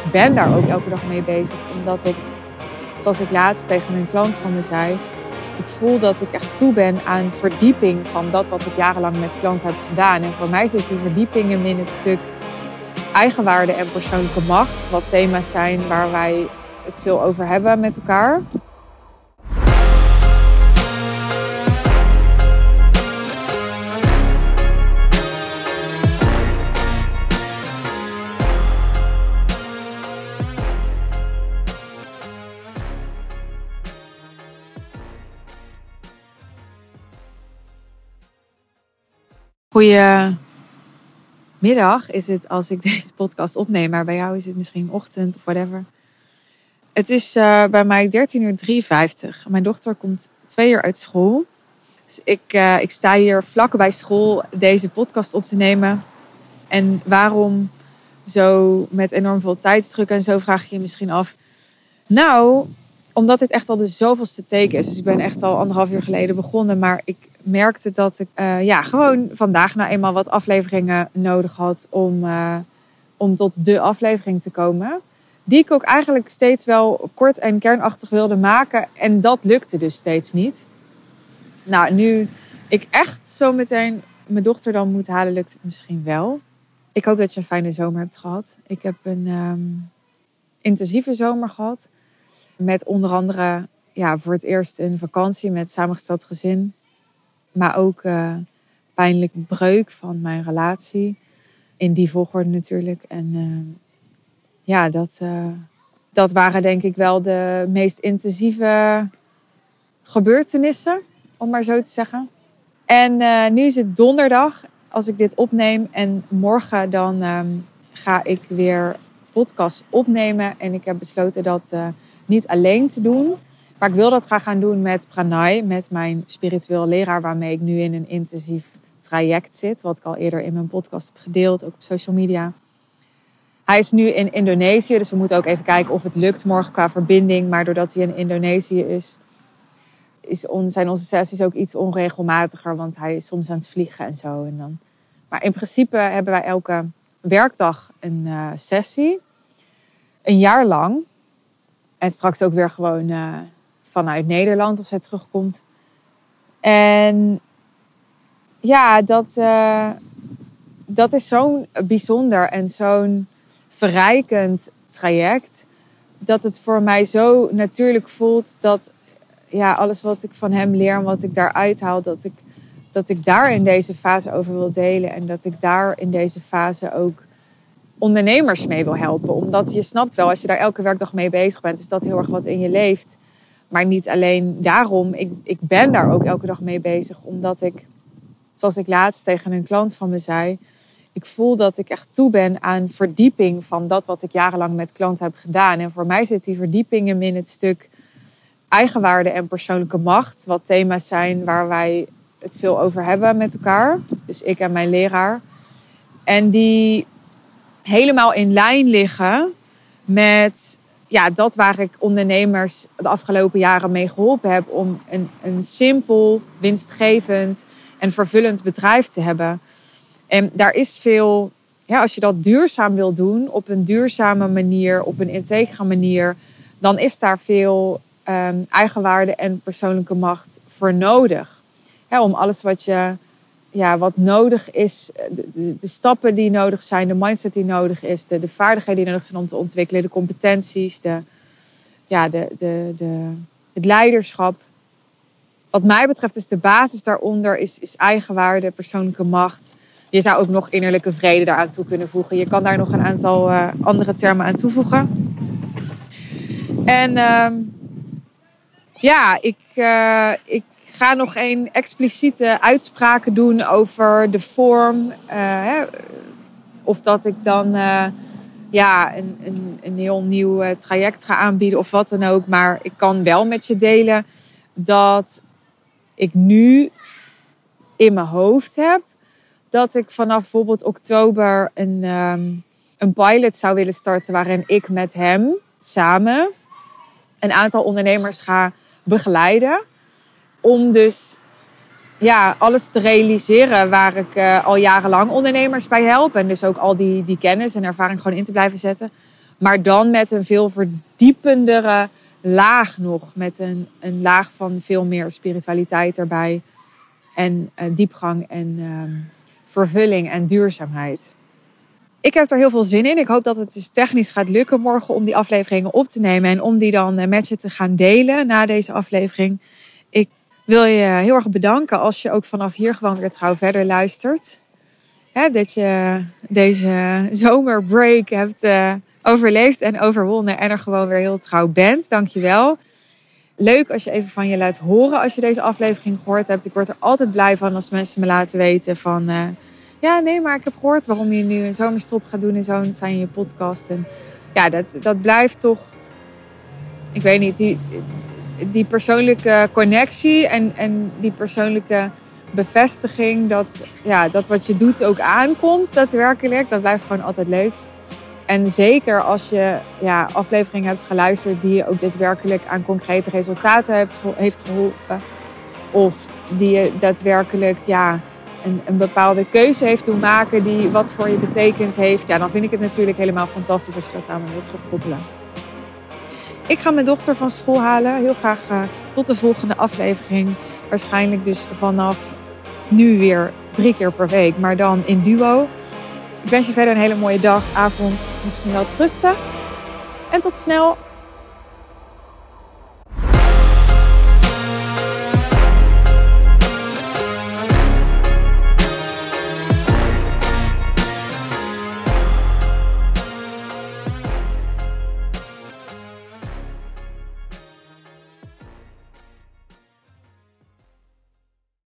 ben daar ook elke dag mee bezig. Omdat ik, zoals ik laatst tegen een klant van me zei, ik voel dat ik echt toe ben aan verdieping van dat wat ik jarenlang met klanten heb gedaan. En voor mij zit die verdieping in het stuk eigenwaarde en persoonlijke macht. Wat thema's zijn waar wij het veel over hebben met elkaar. Goedemiddag is het als ik deze podcast opneem, maar bij jou is het misschien ochtend of whatever. Het is bij mij 13:53. Mijn dochter komt 2 uur uit school. Dus ik sta hier vlak bij school deze podcast op te nemen. En waarom zo met enorm veel tijdsdruk en zo, vraag je je misschien af. Nou, omdat dit echt al de zoveelste take is. Dus ik ben echt al 1,5 uur geleden begonnen. Maar ik merkte dat ik gewoon vandaag nou eenmaal wat afleveringen nodig had om tot de aflevering te komen. Die ik ook eigenlijk steeds wel kort en kernachtig wilde maken. En dat lukte dus steeds niet. Nou, nu ik echt zo meteen mijn dochter dan moet halen, lukt het misschien wel. Ik hoop dat je een fijne zomer hebt gehad. Ik heb een intensieve zomer gehad. Met onder andere voor het eerst een vakantie met samengesteld gezin. Maar ook pijnlijk breuk van mijn relatie. In die volgorde natuurlijk. En dat waren denk ik wel de meest intensieve gebeurtenissen. Om maar zo te zeggen. En nu is het donderdag als ik dit opneem. En morgen dan ga ik weer podcast opnemen. En ik heb besloten dat niet alleen te doen. Maar ik wil dat graag gaan doen met Pranay. Met mijn spiritueel leraar waarmee ik nu in een intensief traject zit. Wat ik al eerder in mijn podcast heb gedeeld. Ook op social media. Hij is nu in Indonesië. Dus we moeten ook even kijken of het lukt morgen qua verbinding. Maar doordat hij in Indonesië is zijn onze sessies ook iets onregelmatiger. Want hij is soms aan het vliegen en zo. Maar in principe hebben wij elke werkdag een sessie. 1 jaar lang. En straks ook weer gewoon vanuit Nederland als hij terugkomt. En ja, dat is zo'n bijzonder en zo'n verrijkend traject. Dat het voor mij zo natuurlijk voelt dat alles wat ik van hem leer en wat ik daaruit haal, dat ik daar in deze fase over wil delen. En dat ik daar in deze fase ook ondernemers mee wil helpen. Omdat je snapt wel, als je daar elke werkdag mee bezig bent, is dat heel erg wat in je leeft. Maar niet alleen daarom. Ik ben daar ook elke dag mee bezig. Omdat ik, zoals ik laatst tegen een klant van me zei, ik voel dat ik echt toe ben aan verdieping van dat wat ik jarenlang met klanten heb gedaan. En voor mij zit die verdieping in het stuk eigenwaarde en persoonlijke macht. Wat thema's zijn waar wij het veel over hebben met elkaar. Dus ik en mijn leraar. En die helemaal in lijn liggen met dat waar ik ondernemers de afgelopen jaren mee geholpen heb om een simpel, winstgevend en vervullend bedrijf te hebben. En daar is veel, als je dat duurzaam wil doen, op een duurzame manier, op een integere manier, dan is daar veel eigenwaarde en persoonlijke macht voor nodig. Om alles wat nodig is, de stappen die nodig zijn, de mindset die nodig is, de vaardigheden die nodig zijn om te ontwikkelen, de competenties, het leiderschap. Wat mij betreft is de basis daaronder is eigenwaarde, persoonlijke macht. Je zou ook nog innerlijke vrede daaraan toe kunnen voegen. Je kan daar nog een aantal andere termen aan toevoegen. En ik ga nog een expliciete uitspraken doen over de vorm. Of dat ik dan een heel nieuw traject ga aanbieden of wat dan ook. Maar ik kan wel met je delen dat ik nu in mijn hoofd heb dat ik vanaf bijvoorbeeld oktober een pilot zou willen starten waarin ik met hem samen een aantal ondernemers ga begeleiden. Om dus alles te realiseren waar ik al jarenlang ondernemers bij help. En dus ook al die kennis en ervaring gewoon in te blijven zetten. Maar dan met een veel verdiependere laag nog. Met een laag van veel meer spiritualiteit erbij. En diepgang en vervulling en duurzaamheid. Ik heb er heel veel zin in. Ik hoop dat het dus technisch gaat lukken morgen om die afleveringen op te nemen. En om die dan met je te gaan delen na deze aflevering. Ik wil je heel erg bedanken als je ook vanaf hier gewoon weer trouw verder luistert. Dat je deze zomerbreak hebt overleefd en overwonnen. En er gewoon weer heel trouw bent. Dank je wel. Leuk als je even van je laat horen als je deze aflevering gehoord hebt. Ik word er altijd blij van als mensen me laten weten van... maar ik heb gehoord waarom je nu een zomerstop gaat doen en zo. En dat zijn je podcast. En ja, dat blijft toch... Ik weet niet, die persoonlijke connectie en die persoonlijke bevestiging... dat wat je doet ook aankomt daadwerkelijk. Dat blijft gewoon altijd leuk. En zeker als je afleveringen hebt geluisterd die je ook daadwerkelijk aan concrete resultaten heeft geholpen. Of die je daadwerkelijk een bepaalde keuze heeft doen maken die wat voor je betekend heeft. Ja, dan vind ik het natuurlijk helemaal fantastisch als je dat aan me wilt terugkoppelen. Ik ga mijn dochter van school halen. Heel graag tot de volgende aflevering. Waarschijnlijk dus vanaf nu weer 3 keer per week, maar dan in duo. Ik wens je verder een hele mooie dag, avond, misschien wel te rusten. En tot snel!